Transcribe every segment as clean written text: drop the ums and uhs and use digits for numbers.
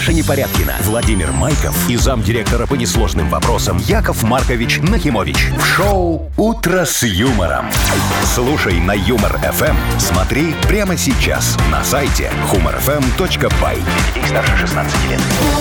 Маша Непорядкина, Владимир Майков и замдиректора по несложным вопросам Яков Маркович Нахимович. В шоу «Утро с юмором». Слушай на Юмор-ФМ. Смотри прямо сейчас на сайте humorfm.by. Для детей старше 16 лет.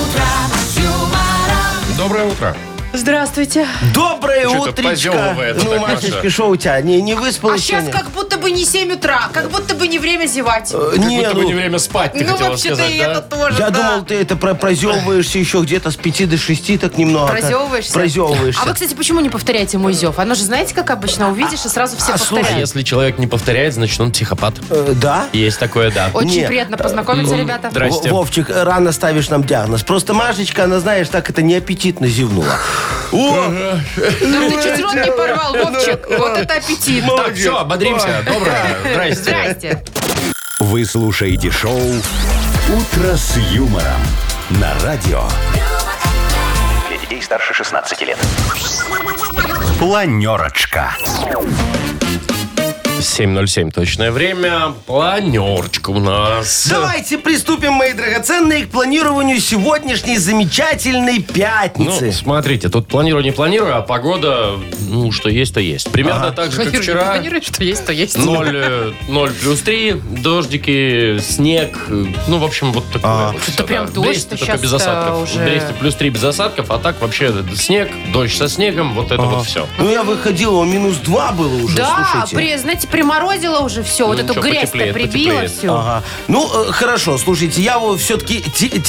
Доброе утро. Здравствуйте. Доброе Что-то утречко. позевывает, Ну, так, Машечка, Маша. что у тебя? Не А выспалась сейчас сегодня? как будто бы не 7 утра, как будто бы не время зевать. Как будто бы не время спать, ты Ну, хотела вообще-то сказать, и да? это тоже, Я да. думал, ты это прозевываешься еще где-то с 5 до 6, так немного. Прозевываешься? Прозевываешься. А вы, кстати, почему не повторяете мой зев? Оно же, знаете, как обычно, увидишь и сразу все слушай, повторяют. Если человек не повторяет, значит он психопат. Да? Есть такое, да. Очень Не. приятно познакомиться, ребята. Здрасте. Вовчик, рано ставишь нам диагноз. Просто Машечка, она, знаешь, так это неаппетитно зевнула. О! Да ты чуть рот не порвал, Вовчик. Вот это аппетит. Так, все, ободримся. Доброе. Здрасте. Здрасте. Вы слушаете шоу «Утро с юмором» на радио. Для детей старше 16 лет. Планерочка. 7:07 точное время. Планерочка у нас. Давайте приступим, мои драгоценные, к планированию сегодняшней замечательной Ну, пятницы. смотрите, тут планирую, не планирую, а погода, ну, что есть, то есть. Примерно так же, как вчера. Планируешь, что есть, то есть. 0 плюс 3, дождики, снег. Ну, в общем, вот такое. вот всё, Это прям да. дождь, Бресте то только щас-то без осадков. уже- В Бресте плюс 3 без осадков, а так вообще снег, дождь со снегом, вот это вот все. Ну, я выходила, -2 было уже, Да, слушайте. знаете, приморозило уже все. Вот Ну, эту ничего, грязь-то потеплеет, прибило потеплеет. всю. Ага. Ну, хорошо, слушайте, я вот все-таки,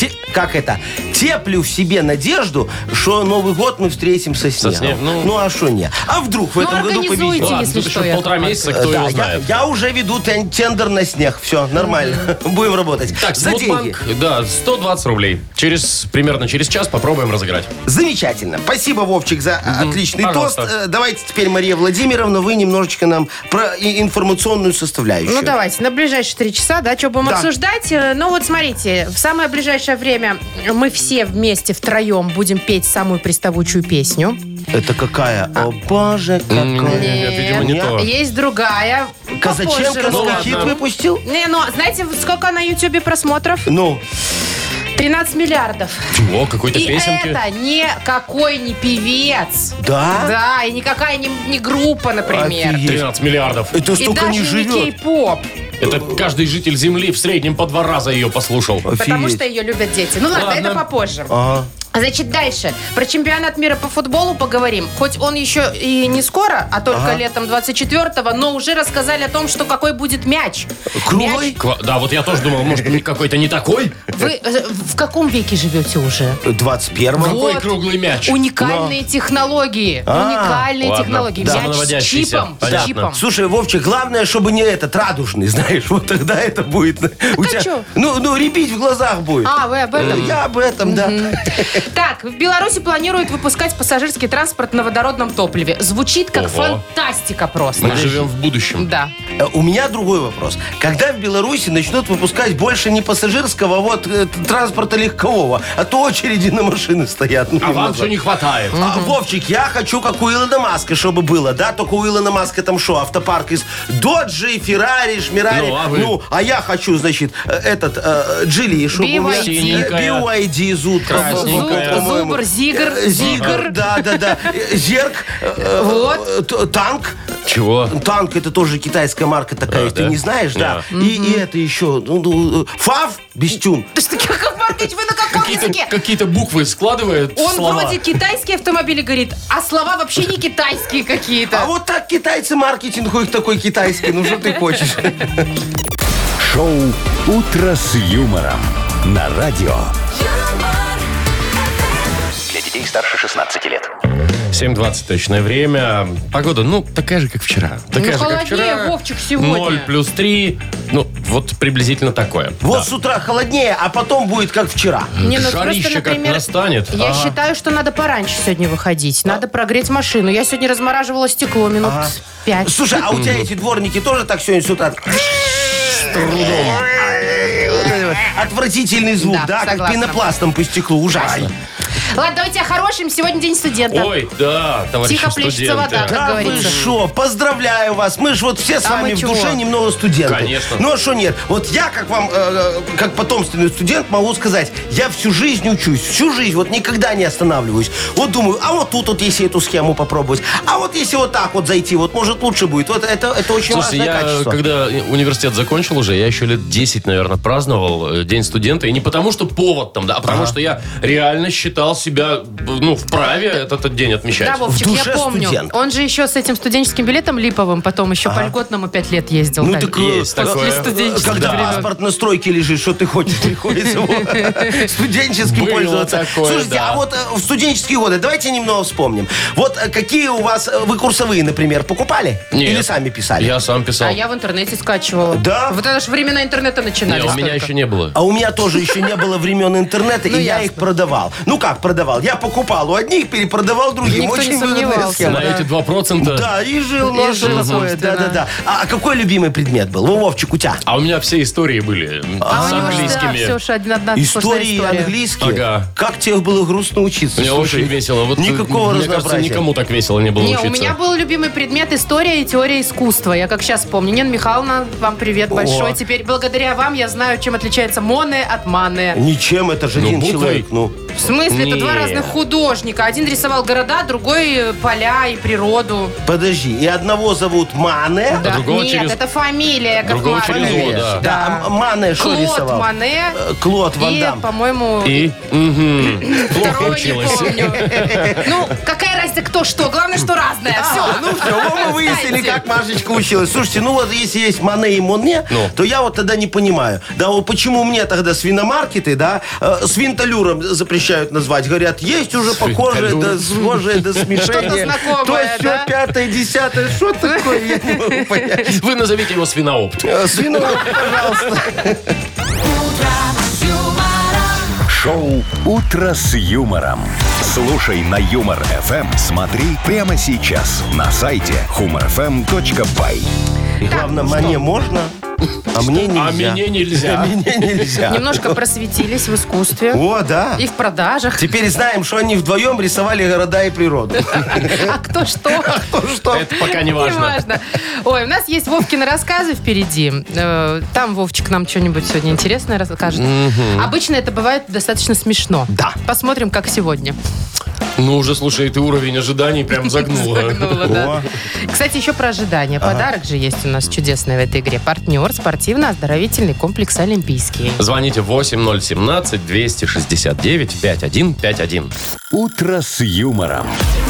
теплю в себе надежду, что Новый год мы встретим со снегом. снегом, Ну, а что не? А вдруг в Ну, этом году организуйте. повезет? Ладно, если тут что, еще Яков полтора Маркович. месяца, кто Да, его знает. я уже веду тендер на снег. Все, нормально. Будем работать. Так, За деньги. Смутбанк, да, 120 рублей. Примерно через час попробуем разыграть. Замечательно. Спасибо, Вовчик, за отличный Пожалуйста. тост. Давайте теперь, Мария Владимировна, вы немножечко нам про информационную составляющую. Ну, давайте, на ближайшие 3 часа, да, что будем Да. обсуждать? Ну, вот смотрите, в самое ближайшее время мы все вместе втроем будем петь самую приставучую песню. Это какая? О, боже, какая. Нет, видимо, не то. Есть другая. Казаченко попозже новый расскажу. хит выпустил? Не, ну, знаете, сколько на Ютубе просмотров? Ну, 13 миллиардов. Чего? Какой-то И песенки? это никакой не певец. да? Да, и никакая не группа, например. Офигеть. 13 миллиардов. Это И столько не даже не живет. кей-поп. Это каждый житель Земли в среднем по 2 раза ее послушал. Потому Офигеть. что ее любят дети. Ну ладно, Ладно. это попозже. Ага. Значит, дальше. Про чемпионат мира по футболу поговорим. Хоть он еще и не скоро, а только летом 24-го, но уже рассказали о том, что какой будет мяч. Круглый? Мяч. Да, вот я тоже думал, может, какой-то не такой? Вы в каком веке живете уже? 21-го. Какой Вот. круглый мяч? Уникальные технологии. Уникальные Ладно. технологии. Да, Мяч с наводящийся. чипом. Понятно. С чипом. Слушай, Вовчик, главное, чтобы не этот радужный, знаешь, вот тогда это будет. У тебя, чё? ну, рябить в глазах будет. А, вы об этом? Я об этом, да. Так, в Беларуси планируют выпускать пассажирский транспорт на водородном топливе. Звучит как Ого. фантастика просто. Мы живем в будущем. Да. У меня другой вопрос. Когда в Беларуси начнут выпускать больше не пассажирского, а вот транспорта легкового, а то очереди на машины стоят. Ну, А вам немного. все не хватает. Вовчик, я хочу, как у Илона Маска, чтобы было, да? Только у Илона Маска там шо, автопарк из Доджи, Феррари, Шмирари. Ну, а вы? А я хочу, значит, Джили, чтобы у меня Синенькая. BYD, Зуд, Красненькая. по-моему. Зубр, Зигр, Зигр. Да. Зерк. Танк. Чего? Танк, это тоже китайская марка такая, ты да? не знаешь, да? И это еще, ФАВ, без тюн. Да что, Яков Маркович, вы на каком языке? Какие-то буквы складывает Он слова. вроде китайский автомобиль говорит, а слова вообще не китайские какие-то. А вот так китайцы маркетинг у них такой китайский, ну что ты хочешь? Шоу «Утро с юмором» на радио. Для детей старше 16 лет. 7:20 точное время. Погода, ну, такая же, как вчера. Такая же, как холоднее, вчера. Вовчик, сегодня. 0 плюс 3. Ну, вот приблизительно такое. Вот Да. с утра холоднее, а потом будет как вчера. Не, ну Жарище просто, как например, настанет. я считаю, что надо пораньше сегодня выходить. Надо прогреть машину. Я сегодня размораживала стекло минут 5. Слушай, а у тебя эти дворники тоже так сегодня с утра? Отвратительный звук, Да, да? Как согласна. пенопластом по стеклу. Ужасно. Ладно, давайте о хорошем. Сегодня день студента. Ой, да, товарищи Тихо плещется студенты. вода, как Да вы говорится. шо, поздравляю вас. Мы же вот все с А вами мы в чего? душе немного студенты. Конечно. Ну а что нет? Вот я, как вам, как потомственный студент, могу сказать, я всю жизнь учусь. Всю жизнь, вот никогда не останавливаюсь. Вот думаю, а вот тут вот если эту схему попробовать, а вот если вот так вот зайти, вот может лучше будет. Вот это очень Слушайте, важное я качество. когда университет закончил уже, я еще лет 10, наверное, праздновал День студента. И не потому, что повод там, да, а потому что я реально считал себя, ну, вправе этот день отмечать. Да, Вовчик, В душе я помню. студент. Он же еще с этим студенческим билетом липовым потом еще по льготному 5 лет ездил. Ну так. так Есть После такое. студенческих когда времен. паспорт на стройке лежит, что ты хочешь, приходится студенческим Было пользоваться. такое, Слушайте, да. а вот в студенческие годы давайте немного вспомним. Вот какие у вас, вы курсовые, например, покупали? Нет. Или сами писали? Я сам писал. А я в интернете скачивала. Да? Вот это же времена интернета начинались. Не, у меня только. еще не было. А у меня тоже еще не было времен интернета, Ну, и я ясно. их продавал. Ну как продавал? Я покупал у одних, перепродавал другим. Никто не Очень выгодная сомневался. схема. На эти 2%. Да, и жил, И ну, жил, что такое, собственно. да-да-да. А какой любимый предмет был? Вовчик, у тебя? А у меня все истории были А с у него же, да, английскими. все уж одна сплошная Истории история. английские? Ага. Как тебе было грустно учиться? Мне Слушай, очень весело. Вот, никакого мне кажется, разнообразия. никому так весело не было Не, учиться. у меня был любимый предмет история и теория искусства. Я как сейчас помню. Нина Михайловна, вам привет большой. Теперь благодаря вам я знаю, чем отличается моне от мане. Ничем, это же Ну, один буквой. человек. Ну, В смысле, это два Не. разных художника. Один рисовал города, другой поля и природу. подожди, и одного зовут Мане, Да. другого Нет, через- это фамилия, Яков другого через Маркович. О, да. Да, а Мане что Клод рисовал? Мане Клод Ван и, Дам. по-моему, И? Мгм. Плохо второго не училась. помню. Ну, какая разница, кто что? Главное, что разное. Все. Ну все, мы выяснили, как Машечка училась. Слушайте, ну вот если есть Мане и Моне, Ну. то я вот тогда не понимаю. Да вот почему мне тогда свиномаркеты, да, с винтолюром запрещают назвать. Говорят, есть уже похожее, да, схожее, да, смешение. Что-то знакомое, То все, да? пятое, десятое. Что такое? Я не могу понять. Вы назовите его свиноопт. Свиномаркет, пожалуйста. Шоу «Утро с юмором». Слушай на Юмор ФМ. Смотри прямо сейчас на сайте humorfm.by. И главное, мне можно, а мне нельзя. А мне нельзя. Мне нельзя. Немножко просветились в искусстве. О, да. И в продажах. Теперь знаем, что они вдвоем рисовали города и природу. А кто что? Что? Это пока не важно. Неважно. Ой, у нас есть Вовкины рассказы впереди. Там Вовчик нам что-нибудь сегодня интересное расскажет. Обычно это бывает достаточно смешно. Да. Посмотрим, как сегодня. Ну, уже, слушай, ты уровень ожиданий прям загнула. Загнула, да. Кстати, еще про ожидания. Подарок же есть у нас чудесный в этой игре. Партнер спортивно-оздоровительный комплекс «Олимпийский». Звоните 8017-269-5151. «Утро с юмором».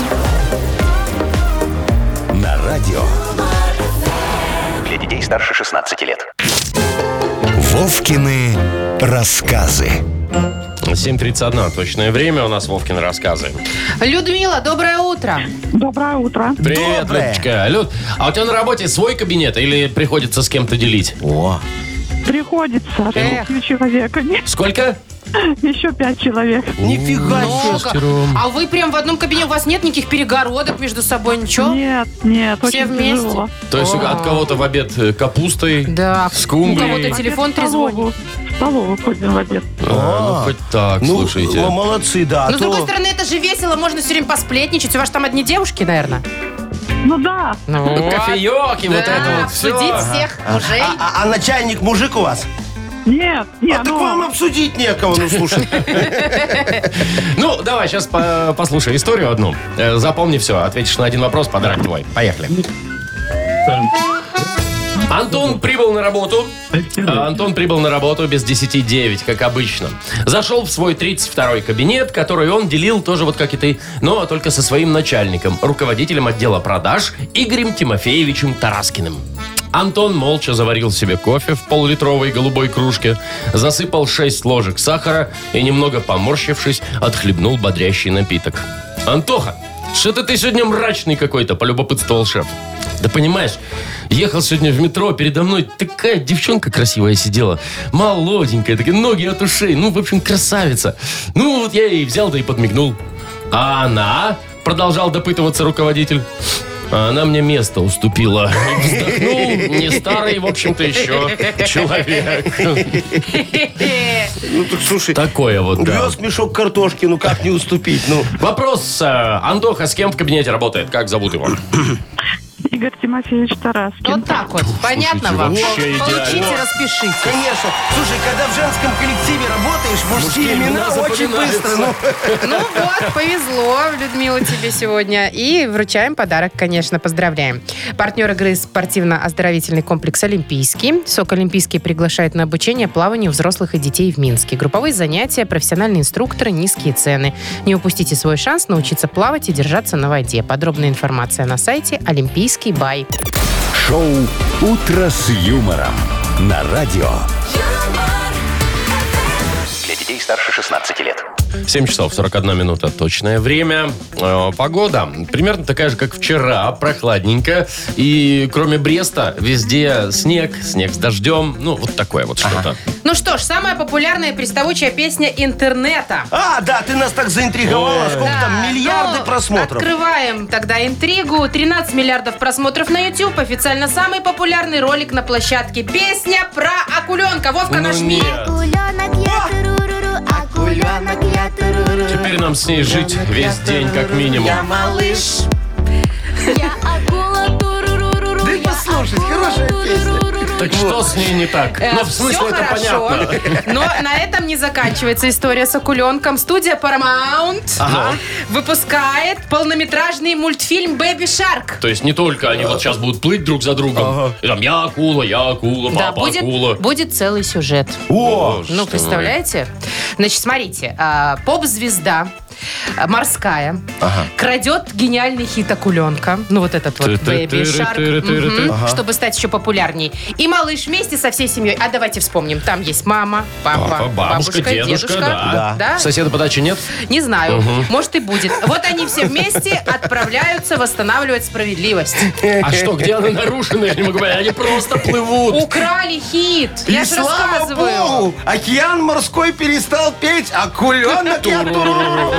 На радио. Для детей старше 16 лет. Вовкины рассказы. 7:31 точное время. У нас Вовкины рассказы. Людмила, доброе утро. Доброе утро. Привет, Доброе. Людочка. Люд, а у тебя на работе свой кабинет или приходится с кем-то делить? О, Приходится. Эх. 5 человек. Сколько? Еще 5 человек. нифига себе. Шестером. А вы прям в одном кабинете, у вас нет никаких перегородок между собой, ничего? Нет, Все очень вместе? тяжело. То есть О. от кого-то в обед капустой? Да. С У кого-то кумбрией? телефон В столовую. трезвонит. В столовую ходим в обед. Ну, хоть так, Ну, слушайте. молодцы, да. Но, а с другой то- стороны, это же весело, можно все время посплетничать. У вас там одни девушки, наверное? Ну да. Кофеек и вот это вот все. Обсудить всех мужей. А начальник мужик у вас? Нет, нет. А так вам обсудить некого, ну слушай. Ну, давай, сейчас послушай историю одну. Запомни все, ответишь на один вопрос, подарок твой. Поехали. Антон прибыл на работу без 10:09, как обычно. Зашел в свой 32-й кабинет, который он делил тоже вот как и ты, но только со своим начальником, руководителем отдела продаж Игорем Тимофеевичем Тараскиным. Антон молча заварил себе кофе в пол-литровой голубой кружке, засыпал 6 ложек сахара и, немного поморщившись, отхлебнул бодрящий напиток. «Антоха, что-то ты сегодня мрачный какой-то», — полюбопытствовал шеф. «Да понимаешь, ехал сегодня в метро, передо мной такая девчонка красивая сидела, молоденькая, такие ноги от ушей, ну, в общем, красавица. Ну, вот я и взял, да и подмигнул». «А она?» — продолжал допытываться руководитель. А она мне место уступила. Вздохнул не старый, в общем-то, еще человек. Ну, так слушай, Такое вот, да. вез мешок картошки, ну как не уступить? Ну, Вопрос. Антоха с кем в кабинете работает? Как зовут его? Игорь Тимофеевич Тараскин. Вот так вот. Понятно вам? вообще Получите, идеально. распишите. конечно. Слушай, когда в женском коллективе работаешь, мужские имена очень быстро. Ну, Ну вот, повезло, Людмила, тебе сегодня. И вручаем подарок, конечно, поздравляем. Партнер игры спортивно-оздоровительный комплекс «Олимпийский». СОК «Олимпийский» приглашает на обучение плаванию взрослых и детей в Минске. Групповые занятия, профессиональные инструкторы, низкие цены. Не упустите свой шанс научиться плавать и держаться на воде. Подробная информация на сайте «Олимпийский бай». Шоу «Утро с юмором» на радио. Для детей старше 16 лет. 7 часов 41 минута. Точное время. Погода примерно такая же, как вчера. Прохладненько. И кроме Бреста везде снег. Снег с дождем. Ну, вот такое вот что-то. Ну что ж, самая популярная приставучая песня интернета. да, ты нас так заинтриговала. Сколько там? Миллиарды ну, просмотров. Открываем тогда интригу. 13 миллиардов просмотров на YouTube. Официально самый популярный ролик на площадке. Песня про акуленка. Вовка, Ну нажми. нет. Акуленок я туруруру, акуленок я туруруру. Теперь нам с ней жить весь день, как минимум. Я малыш. Я акула туруруру. Да послушать, хорошая песня. Так что с ней не так? Ну, в смысле, Все это хорошо, понятно. но на этом не заканчивается история с акуленком. Студия Paramount выпускает полнометражный мультфильм «Бэби Шарк». То есть не только они вот сейчас будут плыть друг за другом. И там я акула, Да, папа акула. будет целый сюжет. О, Ну, представляете? Значит, смотрите, поп-звезда морская крадет гениальный хит акуленка. Ну, вот этот вот Baby Shark. Чтобы стать еще популярней. И малыш вместе со всей семьей. А давайте вспомним. Там есть мама, папа, бабушка, дедушка, да. Да? Соседа по даче нет? Не знаю. Может и будет. Вот они все вместе отправляются восстанавливать справедливость. А что, где она нарушена? Я не могу понять. Они просто плывут. Украли хит. Я И же слава рассказываю. богу, океан морской перестал петь, акуленок я туруруру.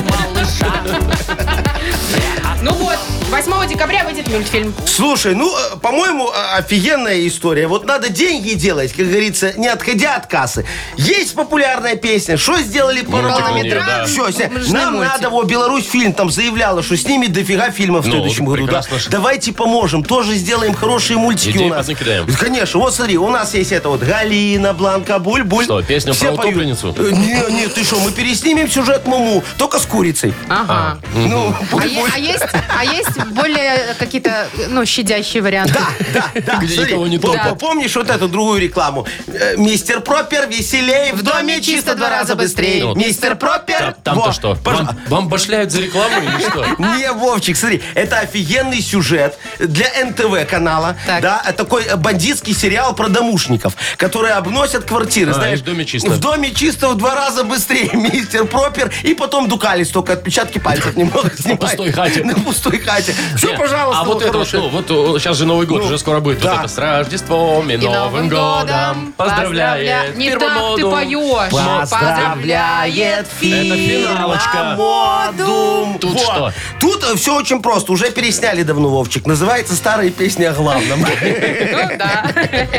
Ну вот, 8 декабря выйдет мультфильм. Слушай, по-моему, офигенная история. Вот надо деньги делать, как говорится, не отходя от кассы. Есть популярная песня, что сделали Полнометражный, да. Все, Мультик. нам надо, Беларусь фильм там заявляла, что снимет дофига фильмов в Ну, следующем году. Да? прекрасно. Давайте поможем, тоже сделаем хорошие мультики Идеи у нас. поднакидаем. Конечно, вот смотри, у нас есть это вот Галина, Бланка, Буль-Буль. Что, песня Все про поют. утопленницу? Нет, ты что, мы переснимем сюжет Муму, только с курицей. Ага. Ну, А Буль-Буль. есть более какие-то, щадящие варианты? Да, Где смотри, никого не топят. помнишь вот эту другую рекламу? Мистер Пропер веселей, в доме чисто 2 раза быстрее. Ну, Мистер Пропер. Там-то Во, что? пожалуйста. Вам башляют за рекламу или что? Не, Вовчик, смотри, это офигенный сюжет для НТВ канала. Так. Да, такой бандитский сериал про домушников, которые обносят квартиры. И в доме чисто. В доме чисто в 2 раза быстрее. Мистер Пропер. И потом Дукалис, только отпечатки пальцев немного снимает. пустой хате. На пустой хате. Все, Не, пожалуйста, А вот это, хорошее. вот сейчас же Новый год, уже скоро будет. да. Вот это с Рождеством и Новым годом поздравляет. Не так ты Фирмодум. поешь. Поздравляет Это финалочка. Модум. Тут Вот. что? Тут все очень просто. Уже пересняли давно, Вовчик. Называется «Старые песни о главном». Ну да.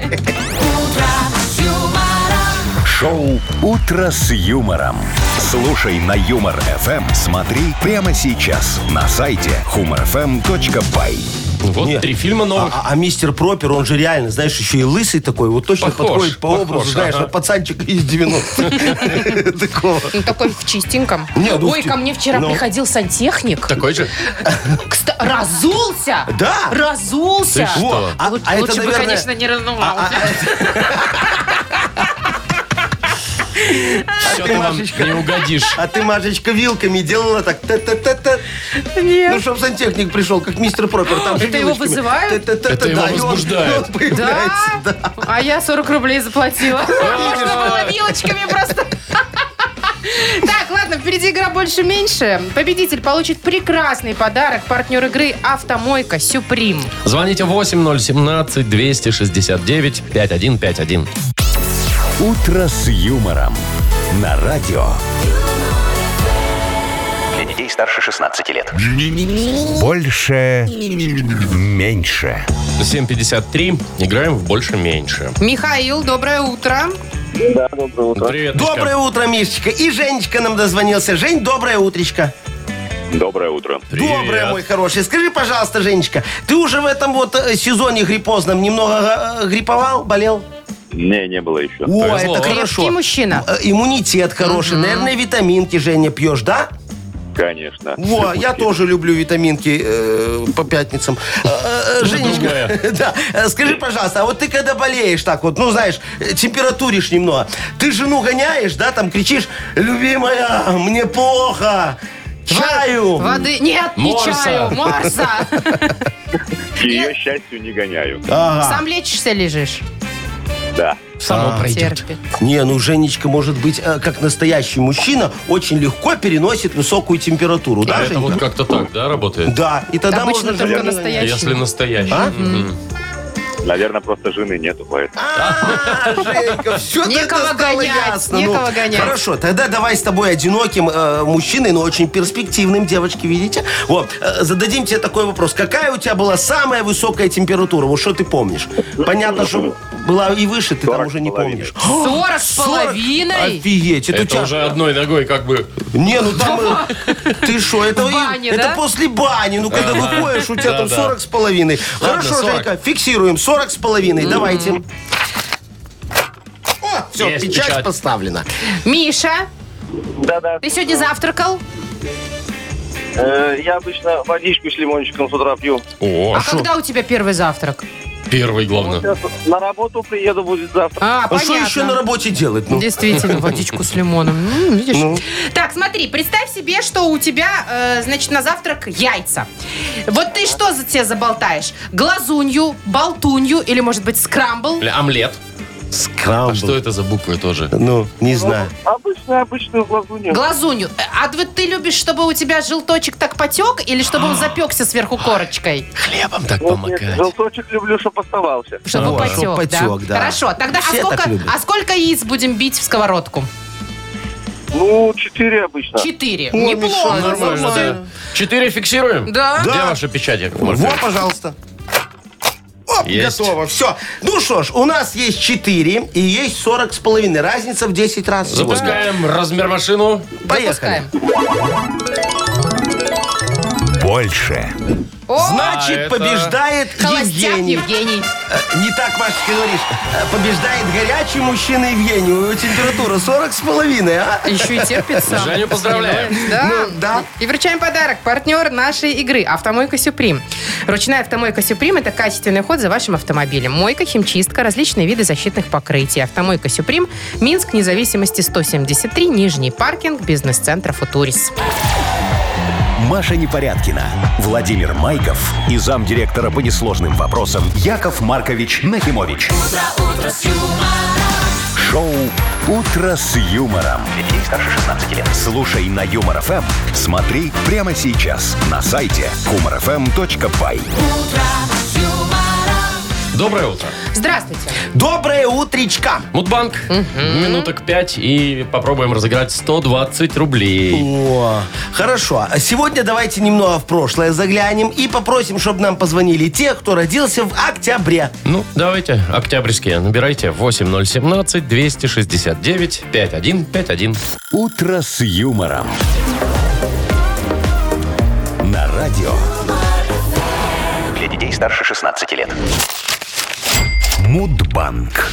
Шоу «Утро с юмором». Слушай на Юмор ФМ. Смотри прямо сейчас на сайте humorfm.by. Вот Нет. 3 фильма новых. А мистер Пропер, он же реально, знаешь, еще и лысый такой. Вот точно Похож, подходит по образу, похож, знаешь, ага. на пацанчика из 90-х. Такого. Ну, такой в чистеньком. Не, ну, Ой, ко мне вчера ну. приходил сантехник. Такой же? Разулся! Да? Разулся! Ты что? Во, Лучше это, бы, наверное, конечно, не раздувался. Все ты вам Машечка. не угодишь. А ты, Машечка, вилками делала так. Та-та-та-та. Нет. Ну, чтоб сантехник пришел, как мистер Пропер. Там же Это его вилочками. вызывают? Та-та-та-та, Это его да, и он- возбуждает. он появляется, Да? А я 40 рублей заплатила. Можно было вилочками просто. Так, ладно, впереди игра «Больше-меньше». Победитель получит прекрасный подарок. Партнер игры «Автомойка Сюприм». Звоните 8017-269-5151. «Утро с юмором» на радио. Для детей старше 16 лет. Больше. Меньше. 7:53. Играем в больше-меньше. Михаил, доброе утро. Да, доброе утро. Привет, Мишка. Доброе утро, Мишечка. И Женечка нам дозвонился. Жень, доброе утречко. Доброе утро. Привет. Доброе, мой хороший. Скажи, пожалуйста, Женечка, ты уже в этом вот сезоне гриппозном немного гриповал, болел? Не было еще. О, Повезло. это Крепкий хорошо. мужчина. Иммунитет хороший. Наверное, витаминки, Женя, пьешь, да? Конечно. Во, я тоже люблю витаминки по пятницам. Женечка, да, скажи, пожалуйста, а вот ты когда болеешь так вот, ну, знаешь, температуришь немного, ты жену гоняешь, да, там кричишь: любимая, мне плохо, чаю. Воды. Нет, не Морса. чаю. Морса. К ее счастью не гоняю. Ага. Сам лечишься, лежишь. Да. Само пройдет. Терпит. Не, ну Женечка, может быть, как настоящий мужчина, очень легко переносит высокую температуру, да, А это Женька? вот как-то так, да, работает? Да, и тогда Обычно можно только жену гонять. настоящий. Если настоящий. А? Мгм. Наверное, просто жены нету, поэтому. Женька, все Некого тогда стало гонять, ясно. некого гонять. Хорошо, тогда давай с тобой одиноким мужчиной, но очень перспективным, девочки, видите? Вот, зададим тебе такой вопрос. Какая у тебя была самая высокая температура? Вот что ты помнишь? Понятно, что была и выше, ты там 40 уже не с половиной. помнишь. 40 с половиной? Офигеть, это у Это тебя... уже одной ногой как бы... Не, ну там... Ты что, это, В бане, это да? после бани. Ну, когда выходишь, у тебя там Да-да. 40 с половиной. Ладно, Хорошо, 40. Женька, фиксируем. 40 с половиной. Давайте. О, все, Есть печать печать. поставлена. Миша, Да-да. ты сегодня завтракал? Я обычно водичку с лимончиком с утра пью. О, А когда у тебя первый завтрак? первый, главное. Сейчас на работу приеду, будет завтра. А, А что еще на понятно. работе делать? Ну? Действительно, водичку с лимоном. Видишь? Так, смотри, представь себе, что у тебя, значит, на завтрак яйца. Вот ты что за тебя заболтаешь? Глазунью, болтунью или, может быть, скрамбл? Или омлет. Скрамбл. А что это за буквы тоже? Ну, не знаю. Обычную глазунью. Глазунью. А вот ты любишь, чтобы у тебя желточек так потек или чтобы он запекся сверху корочкой? Хлебом так Нет, помогать. желточек люблю, чтоб оставался. Чтобы Вот, потек, чтоб потек, да. Хорошо. Тогда Все так любят. сколько яиц будем бить в сковородку? Ну, 4 обычно. 4. О, Неплохо. Миша, Нормально, да. 4 фиксируем? Да. Где ваша печать, Яков Маркович? Вот, пожалуйста. Оп, Есть. готово, все. Ну что ж, у нас есть 4 и есть 40 с половиной. Разница в 10 раз. всего. Запускаем размер машину. Поехали. Запускаем. Больше. О, Значит, это побеждает холостяк Евгений. Евгений. Не так, Машечка, говоришь. Побеждает горячий мужчина Евгений. У него температура 40 с половиной, а? Еще и терпит сам. Женю поздравляем. Да. Ну, да. И вручаем подарок. Партнер нашей игры «Автомойка Сюприм». Ручная «Автомойка Сюприм» — это качественный уход за вашим автомобилем. Мойка, химчистка, различные виды защитных покрытий. «Автомойка Сюприм», Минск, независимости 173, Нижний паркинг, бизнес-центр «Футурис». Маша Непорядкина, Владимир Майков и замдиректора по несложным вопросам Яков Маркович Нахимович. Шоу «Утро с юмором». Для детей старше 16 лет. Слушай на Юмор ФМ. Смотри прямо сейчас на сайте humorfm.by. Доброе утро. Здравствуйте. Доброе утречка. Мудбанк. Минуток 5 и попробуем разыграть 120 рублей. О, хорошо. А сегодня давайте немного в прошлое заглянем и попросим, чтобы нам позвонили те, кто родился в октябре. Ну, давайте, октябрьские. Набирайте 8017-269-5151. «Утро с юмором». На радио. Для детей старше 16 лет. Мудбанк.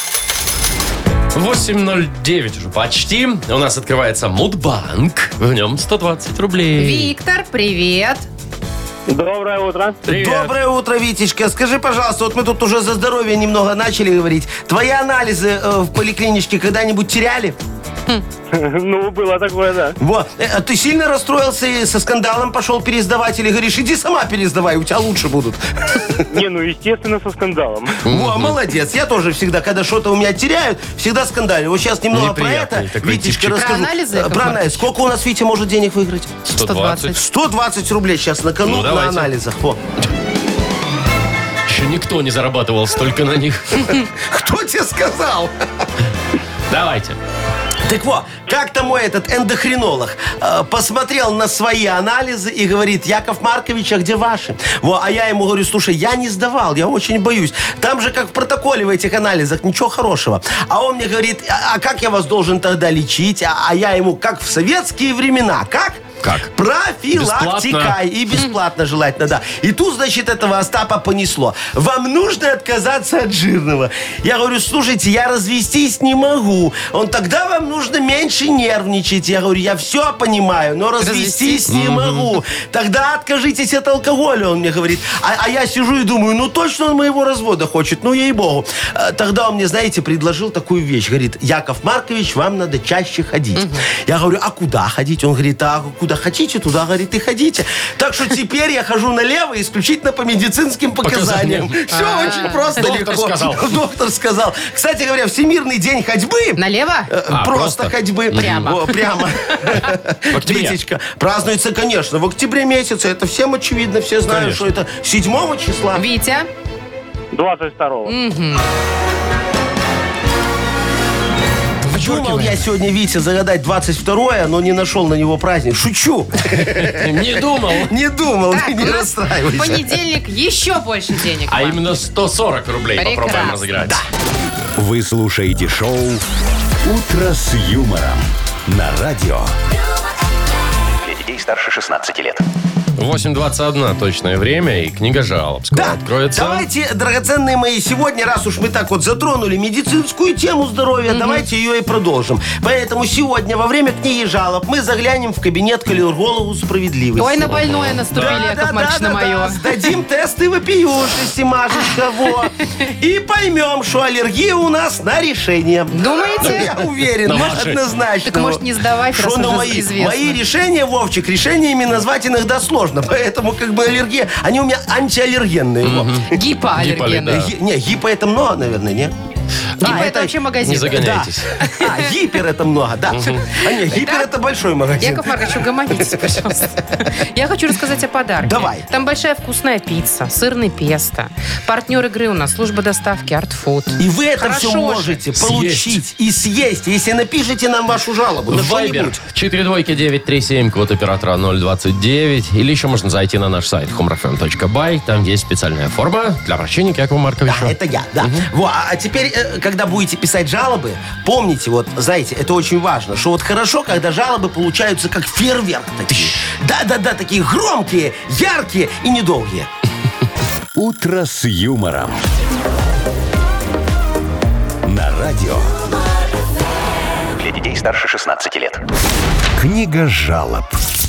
8:09 уже почти. У нас открывается Мудбанк. В нем 120 рублей. Виктор, привет. Доброе утро. Привет. Доброе утро, Витечка. Скажи, пожалуйста, вот мы тут уже за здоровье немного начали говорить. Твои анализы в поликлиничке когда-нибудь теряли? Ну, было такое, да. Вот. А ты сильно расстроился и со скандалом пошел пересдавать? Или говоришь, иди сама пересдавай, у тебя лучше будут? Не, ну, естественно, со скандалом. Во, молодец. Я тоже всегда, когда что-то у меня теряют, всегда скандалю. Вот сейчас немного про Неприятный это, такой Витечка, типчик. расскажу. Про анализы, Яков Про анализ. Маркович? Сколько у нас Витя может денег выиграть? 120. 120 рублей сейчас на кону Ну, на давайте. анализах. Во. Еще никто не зарабатывал столько на них. Кто тебе сказал? Давайте. Так вот, как-то мой этот эндокринолог посмотрел на свои анализы и говорит: Яков Маркович, а где ваши? А я ему говорю: слушай, я не сдавал, я очень боюсь. Там же как в протоколе в этих анализах, ничего хорошего. А он мне говорит: а как я вас должен тогда лечить? А я ему: как в советские времена. Как? Профилактикой. Бесплатно. И бесплатно желательно, да. И тут, значит, этого Остапа понесло. Вам нужно отказаться от жирного. Я говорю: слушайте, я развестись не могу. Он: тогда вам нужно меньше нервничать. Я говорю: я все понимаю, но развестись не могу. Тогда откажитесь от алкоголя, он мне говорит. А я сижу и думаю: ну точно он моего развода хочет, ну ей-богу. Тогда он мне, знаете, предложил такую вещь. Говорит: Яков Маркович, вам надо чаще ходить. Я говорю: а куда ходить? Он говорит: а куда хотите, туда, говорит, и ходите. Так что теперь я хожу налево исключительно по медицинским показаниям. Все очень просто, легко. Доктор сказал. Кстати говоря, Всемирный день ходьбы. Налево? Просто ходьбы. Прямо. Прямо. В октябре. Витечка, празднуется, конечно, в октябре месяце. Это всем очевидно. Все знают, что это 7 числа. Витя? 22-го. Думал я сегодня, Витя, загадать 22-е, но не нашел на него праздник. Шучу. Не думал. Не думал, Так, не у нас в расстраивайся. понедельник еще больше денег. А вам. именно 140 рублей попробуем Прекрасно. разыграть. Вы слушаете шоу «Утро с юмором» на радио. Для детей старше 16 лет. 8:21 точное время, и книга жалоб скоро Да, откроется. давайте, драгоценные мои, сегодня, раз уж мы так вот затронули медицинскую тему здоровья, давайте ее и продолжим. Поэтому сегодня во время книги жалоб мы заглянем в кабинет к аллергологу справедливости. Ой, на больное наступили, Яков Маркович, на мое. Сдадим тесты вопиюшести, Машечка, во. И поймем, что аллергия у нас на решение. Думаете? Я уверен, На ваши. однозначно. Так может не сдавать, раз Что на уже известно. мои решения, Вовчик, решениями назвать иногда сложно. Поэтому как бы аллергия, они у меня антиаллергенные. Во. Гипоаллергены. Гипо, Не, гипо это много, наверное, не? Гипо это вообще магазин. Не загоняйтесь. Да. Гипер это много, да. А не, гипер это большой магазин. Яков Маркович, угомонитесь, пожалуйста. Я хочу рассказать о подарке. Давай. Там большая вкусная пицца, сырный песто. Партнер игры у нас служба доставки Art Food. И вы это Хорошо все же. можете получить и съесть, если напишите нам вашу жалобу на В Viber что-нибудь. 42937, код оператора 029. Или еще можно зайти на наш сайт humorfm.by. Там есть специальная форма для обращения к Якову Марковичу. Да, это я, да. Во, а теперь, когда будете писать жалобы, помните, вот, знаете, это очень важно, что вот хорошо, когда жалобы получаются как фейерверк такие. Да-да-да, такие громкие, яркие и недолгие. «Утро с юмором». На радио. Для детей старше 16 лет. Книга жалоб.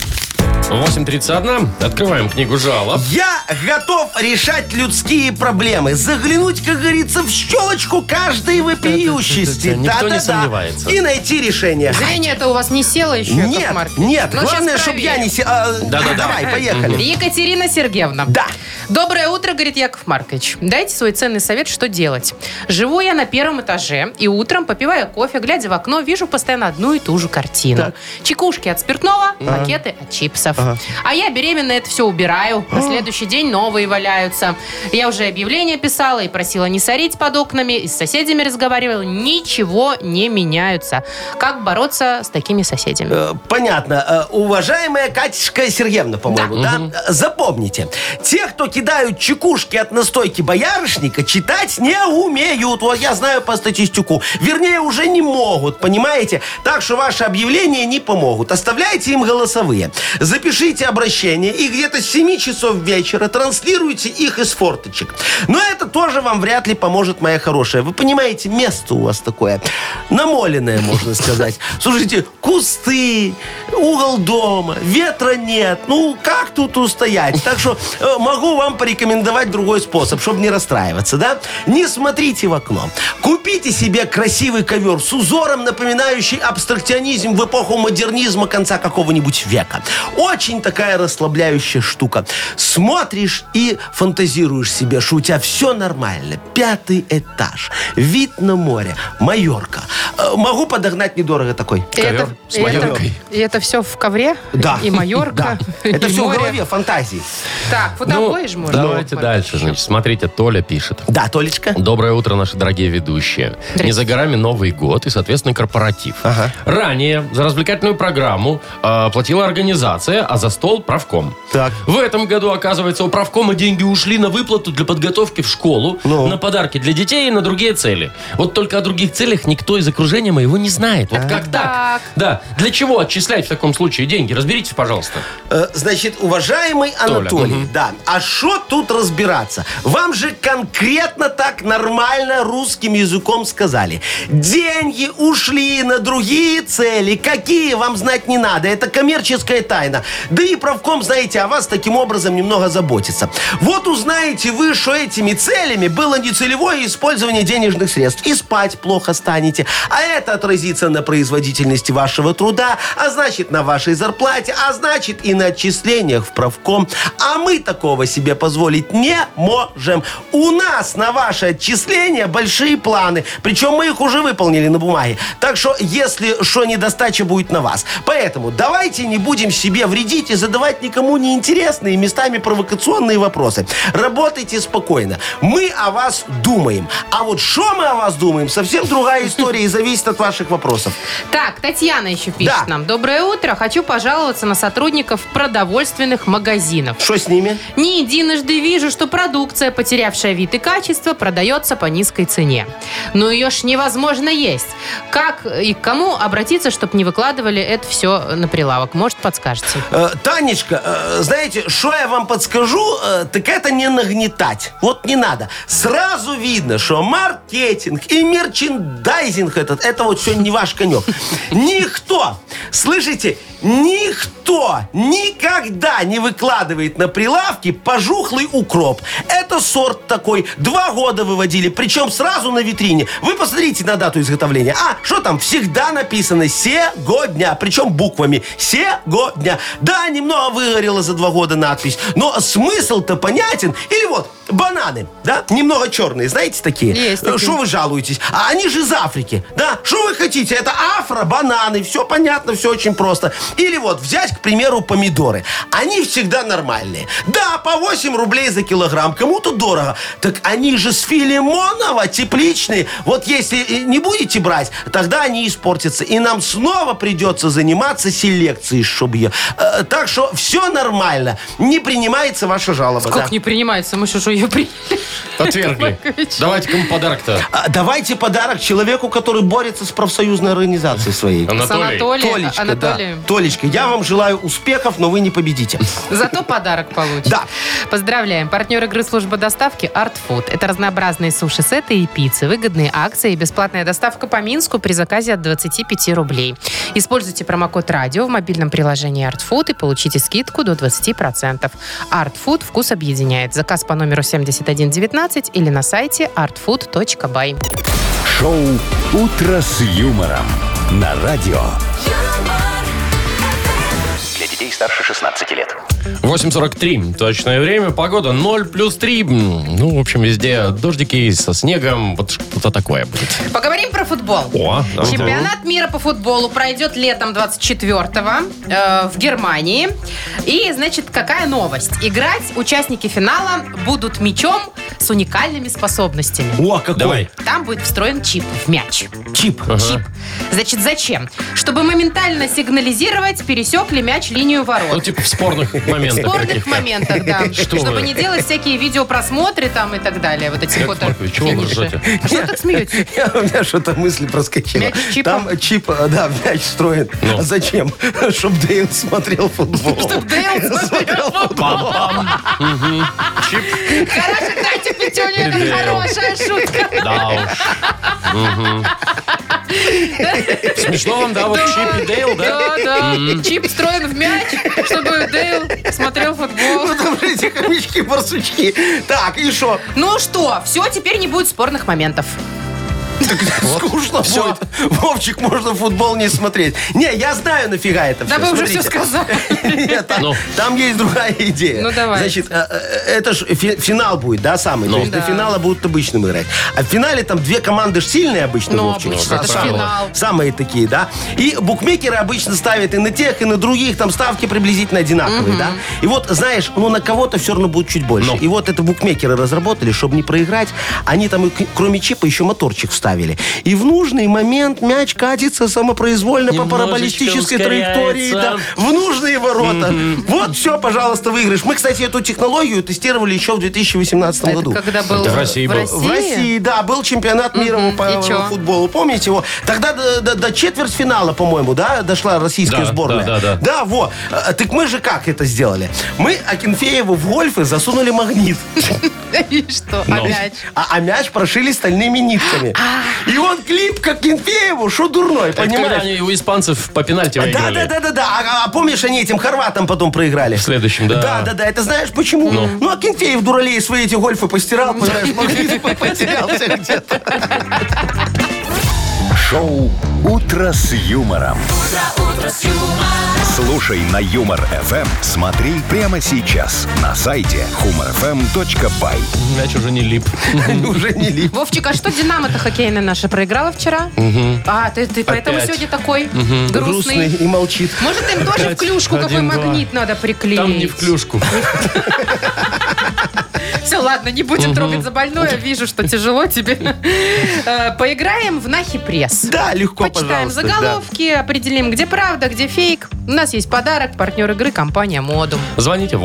8:31. Открываем книгу жалоб. Я готов решать людские проблемы. Заглянуть, как говорится, в щелочку каждой вопиющести. Никто не сомневается. И найти решение. Зрение-то у вас не село еще, Яков Нет, Маркович? нет. Ну, Главное, щас чтобы я не... проверим. Давай, поехали. Екатерина Сергеевна. Да. Доброе утро, говорит Яков Маркович. Дайте свой ценный совет, что делать. Живу я на 1 этаже, и утром, попивая кофе, глядя в окно, вижу постоянно одну и ту же картину. Так. Чекушки от спиртного, пакеты от чипсов. А я беременная это все убираю. На следующий день новые валяются. Я уже объявление писала и просила не сорить под окнами, и с соседями разговаривала. Ничего не меняются. Как бороться с такими соседями? Понятно. Уважаемая Катюшка Сергеевна, по-моему, да? Запомните. Те, кто кидают чекушки от настойки боярышника, читать не умеют. Вот я знаю по статистику. Вернее, уже не могут, понимаете? Так что ваши объявления не помогут. Оставляйте им голосовые. Запишите обращение и где-то с 7 часов вечера транслируйте их из форточек. Но это тоже вам вряд ли поможет, моя хорошая. Вы понимаете, место у вас такое намоленное, можно сказать. Слушайте, кусты, угол дома, ветра нет. Ну, как тут устоять? Так что могу вам порекомендовать другой способ, чтобы не расстраиваться, да? Не смотрите в окно. Купите себе красивый ковер с узором, напоминающий абстракционизм в эпоху модернизма конца какого-нибудь века. очень такая расслабляющая штука. Смотришь и фантазируешь себе, что у тебя все нормально. 5-й этаж, вид на море, Майорка. Могу подогнать недорого такой. Ковер с Майоркой. И это все в ковре? Да. И Майорка? Да. Это и все в море? голове, фантазии. Так, фотобоишь, можно? Давайте дальше. Значит, смотрите, Толя пишет. Да, Толечка? Доброе утро, наши дорогие ведущие. Не за горами Новый год и, соответственно, корпоратив. Ага. Ранее за развлекательную программу платила организация, а за стол правком. Так. В этом году, оказывается, у правкома деньги ушли на выплату для подготовки в школу, Ну. на подарки для детей и на другие цели. Вот только о других целях никто из окружения моего не знает. Вот как так? Так. Да. Для чего отчислять в таком случае деньги? Разберитесь, пожалуйста. Значит, уважаемый Анатолий, да, а что тут разбираться? Вам же конкретно так нормально русским языком сказали. Деньги ушли на другие цели. Какие, вам знать не надо. Это коммерческая тайна. Да и правком, знаете, о вас таким образом немного заботится. Вот узнаете вы, что этими целями было нецелевое использование денежных средств. И спать плохо станете. А это отразится на производительности вашего труда, а значит на вашей зарплате, а значит и на отчислениях в правком. А мы такого себе позволить не можем. У нас на ваши отчисления большие планы. Причем мы их уже выполнили на бумаге. Так что, если что, недостача будет на вас. Поэтому давайте не будем себе вредить и задавать никому неинтересные, местами провокационные вопросы. Работайте спокойно. Мы о вас думаем. А вот что мы о вас думаем, совсем другая история и зависит от ваших вопросов. Так, Татьяна еще пишет Да. нам. Доброе утро. Хочу пожаловаться на сотрудников продовольственных магазинов. Что с ними? Не единожды вижу, что продукция, потерявшая вид и качество, продается по низкой цене. Но ее ж невозможно есть. Как и к кому обратиться, чтобы не выкладывали это все на прилавок? Может, подскажете? Танечка, знаете, что я вам подскажу, так это не нагнетать. Вот не надо. Сразу видно, что маркетинг и мерчендайзинг это вот все не ваш конек. Никто, слышите, никто никогда не выкладывает на прилавки пожухлый укроп. Это сорт такой. 2 года выводили, причем сразу на витрине. Вы посмотрите на дату изготовления. А, что там? Всегда написано «Сегодня». Причем буквами «Сегодня». Да, немного выгорела за 2 года надпись, но смысл-то понятен. Или вот бананы, да, немного черные, знаете такие? Есть такие. Что вы жалуетесь? А они же из Африки, да? Что вы хотите? Это афро-бананы, все понятно, все очень просто. Или вот взять, к примеру, помидоры. Они всегда нормальные. Да, по 8 рублей за килограмм. Кому-то дорого. Так они же с Филимонова, тепличные. Вот если не будете брать, тогда они испортятся. И нам снова придется заниматься селекцией, чтобы ее... Так что все нормально. Не принимается ваша жалоба. Как да. не принимается? Мы что же ее приняли? Отвергли. Давайте кому подарок-то. Давайте подарок человеку, который борется с профсоюзной организацией своей. Анатолий. Толечка, Анатолий. да. Толечка, я вам желаю успехов, но вы не победите. Зато подарок получит. Да. Поздравляем. Партнер игры служба доставки Art Food. Это разнообразные суши-сеты и пиццы, выгодные акции и бесплатная доставка по Минску при заказе от 25 рублей. Используйте промокод «Радио» в мобильном приложении Art Food и получите скидку до 20%. Art Food вкус объединяет. Заказ по номеру 7119 или на сайте artfood.by. Шоу «Утро с юмором» на радио. Для детей старше 16 лет. 8:43. Точное время. Погода 0 плюс 3. Ну, в общем, везде дождики со снегом. Вот что-то такое будет. Поговорим про футбол. О, да. Чемпионат мира по футболу пройдет летом 24-го в Германии. И, значит, какая новость? Играть участники финала будут мячом с уникальными способностями. О, какой! Давай. Там будет встроен чип в мяч. Чип. Чип. Значит, зачем? Чтобы моментально сигнализировать, пересек ли мяч линию Ну, ворот. типа в спорных В моментах спорных каких-то. моментах, да. Что Чтобы вы? не делать всякие видеопросмотры там и так далее. Вот эти Яков Маркович, чего вы ржете? А что вы так смеетесь? У меня что-то мысль проскочила. Мяч с чипом? Там чип, да, мяч встроен. Ну. А зачем? Чтобы Дейл смотрел футбол. Чтоб Дейл смотрел футбол. Пам-пам. Чип. Хорошо, дайте пятюню, это Дейл. хорошая шутка. Да уж. Мгм. Смешно вам, да? Вот Чип и Дейл, да? Да. Чип встроен в мяч, чтобы Дейл смотрел футбол. Там же эти хомячки-барсучки. Так, и что? Ну что, все, теперь не будет спорных моментов. Скучно Всё. будет. Вовчик, можно футбол не смотреть. Не, я знаю, нафига это Да все. вы уже все сказали. Нет, там есть другая идея. Ну, давай. Значит, это ж финал будет, да, самый. То есть до финала будут обычным играть. А в финале там две команды ж сильные обычно, Ну, Вовчик. обычно, это ж Самые- финал. Самые такие, да. И букмекеры обычно ставят и на тех, и на других, там ставки приблизительно одинаковые, да. И вот, знаешь, на кого-то все равно будет чуть больше. И вот это букмекеры разработали, чтобы не проиграть, они там, кроме чипа, еще моторчик вставили. И в нужный момент мяч катится самопроизвольно по Немножечко параболистической траектории, да, ускоряется. в нужные ворота. Вот, все, пожалуйста, выигрыш. Мы, кстати, эту технологию тестировали еще в 2018 году. Это когда был Это в России был. В России, да, был чемпионат мира по и чё? футболу. Помните его? Тогда до четвертьфинала, по-моему, да, дошла российская Да, сборная. да. Да, во. Так мы же как это сделали? Мы Акинфееву в гольфы засунули магнит. И что? Ну. Опять? А мяч прошили стальными нитками. И он клип к Акинфееву, шо дурной, Это когда понимаешь? они у испанцев по пенальти выиграли. Да. А помнишь, они этим хорватам потом проиграли? В следующем, да. Да. Это знаешь почему? Ну, Акинфеев дуралей свои эти гольфы постирал, понимаешь, магнит потерялся где-то. Шоу «Утро с юмором». Слушай на Юмор ФМ, смотри прямо сейчас на сайте humorfm.by. Мяч уже не лип. Уже не лип. Вовчик, а что Динамо-то хоккейная наша проиграла вчера? А, ты поэтому Опять. сегодня такой Грустный грустный. и молчит. Может, им тоже в клюшку какой 1-2. магнит надо приклеить? Там не в клюшку. Все, ладно, не будем трогать за больное. Вижу, что тяжело тебе. Поиграем в Нахи Пресс. Да, легко, Почитаем пожалуйста. заголовки, определим, где правда, где фейк. У нас есть подарок. Партнер игры — компания «Модум». Звоните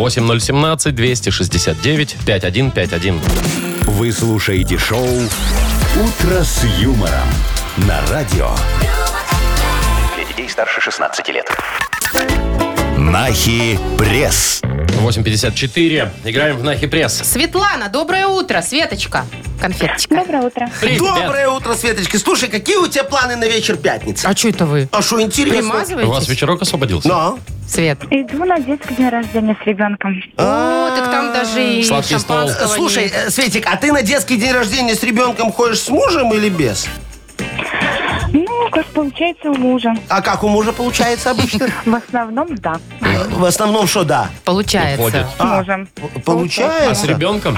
8017-269-5151. Вы слушаете шоу «Утро с юмором» на радио. Для детей старше 16 лет. Нахи Пресс. 8:54. Играем в Нахи Пресс. Светлана, доброе утро. Светочка, конфеточка. Доброе утро. Привет. Доброе утро, Светочка. Слушай, какие у тебя планы на вечер пятницы? А что это вы? А что, интересно? У вас Примазываетесь? вечерок освободился? Да. Свет. Иду на детский день рождения с ребенком. О, так там даже и Сладкий стол. шампанского Слушай, нет. Светик, а ты на детский день рождения с ребенком ходишь с мужем или без? Ну, как получается у мужа. А как у мужа получается обычно? В основном, да. В основном, что да. Получается. Ходит. С мужем. А с Получается? ребенком?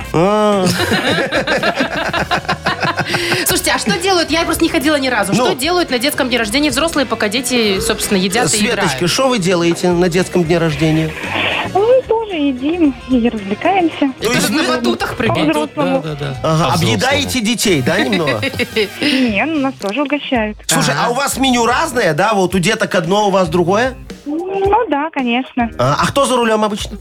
Слушайте, а что делают? Я просто не ходила ни разу. Ну. Что делают на детском дне рождения взрослые, пока дети, собственно, едят и Светочка, играют? что вы делаете на детском дне рождения? Мы тоже едим и развлекаемся. То есть На вы батутах прыгаете? Взрослому. Да. ага, объедаете детей, да, немного? Нет, нас тоже угощают. Слушай, а у вас меню разное, да? Вот у деток одно, у вас другое? Ну да, конечно. А кто за рулем обычно?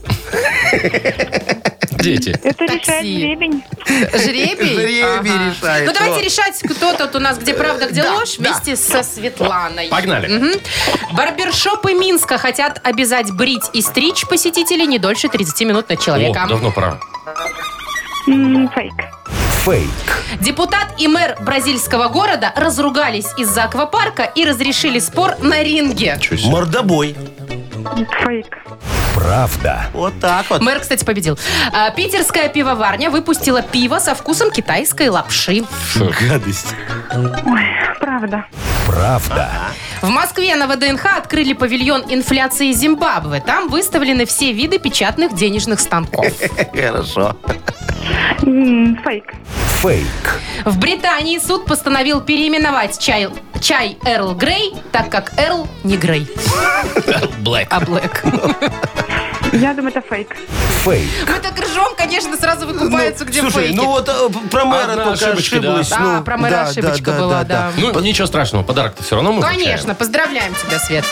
Дети. Это решает Такси. гребень. Жребий? Жребий решает, Ну, давайте вот. решать, кто тут у нас, где правда, где Да, ложь, да. вместе со Светланой. Погнали. Мгм. Барбершопы Минска хотят обязать брить и стричь посетителей не дольше 30 минут на человека. О, давно пора. Фейк. Фейк. Депутат и мэр бразильского города разругались из-за аквапарка и разрешили спор на ринге. Чё себе. Мордобой. Фейк. Правда. Вот так вот. Мэр, кстати, победил. Питерская пивоварня выпустила пиво со вкусом китайской лапши. Гадость. Ой, правда. Правда. В Москве на ВДНХ открыли павильон инфляции Зимбабве. Там выставлены все виды печатных денежных станков. Хорошо. Фейк. Фейк. В Британии суд постановил переименовать чай Эрл Грей, так как Эрл не Грей, Блэк. а Блэк. Я думаю, это фейк. Фейк. Мы так ржем, конечно, сразу выкупаются, где Слушай, фейки. ну вот про мэра Одна только ошибочка, да. ошиблась. А, ну, про мэра ошибочка была, да. Ну, ничего страшного, подарок-то все равно мы Конечно, вручаем. поздравляем тебя, Свет.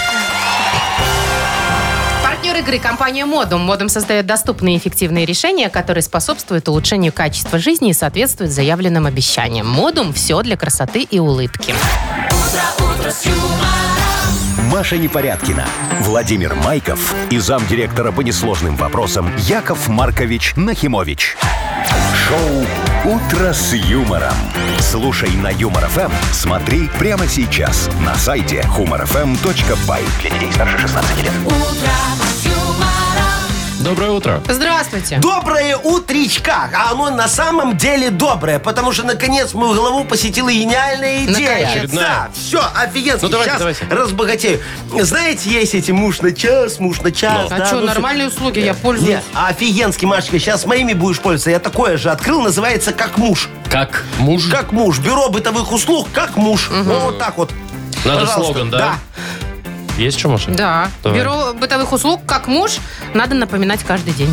Партнер игры — компания «Модум». «Модум» создает доступные и эффективные решения, которые способствуют улучшению качества жизни и соответствуют заявленным обещаниям. «Модум» — все для красоты и улыбки. Маша Непорядкина, Владимир Майков и замдиректора по несложным вопросам Яков Маркович Нахимович. Шоу «Утро с юмором». Слушай на Юмор ФМ, смотри прямо сейчас на сайте humorfm.by. Для детей старше 16 лет. доброе утро. Здравствуйте. Доброе утречка. А оно на самом деле доброе, потому что, наконец, мою голову посетила гениальная идея. Наконец. Да, все, офигенски. Ну, давайте, Сейчас давайте. разбогатею. Знаете, есть эти муж на час. А Да, что, ну, нормальные услуги, я пользуюсь. Нет, офигенски, Машечка, сейчас моими будешь пользоваться. Я такое же открыл, называется «Как муж». Как муж? Как муж. Бюро бытовых услуг «Как муж». Вот так вот. Надо Пожалуйста. слоган, да? Да. Есть что, Маша? Да. Давай. Бюро бытовых услуг, как муж, надо напоминать каждый день.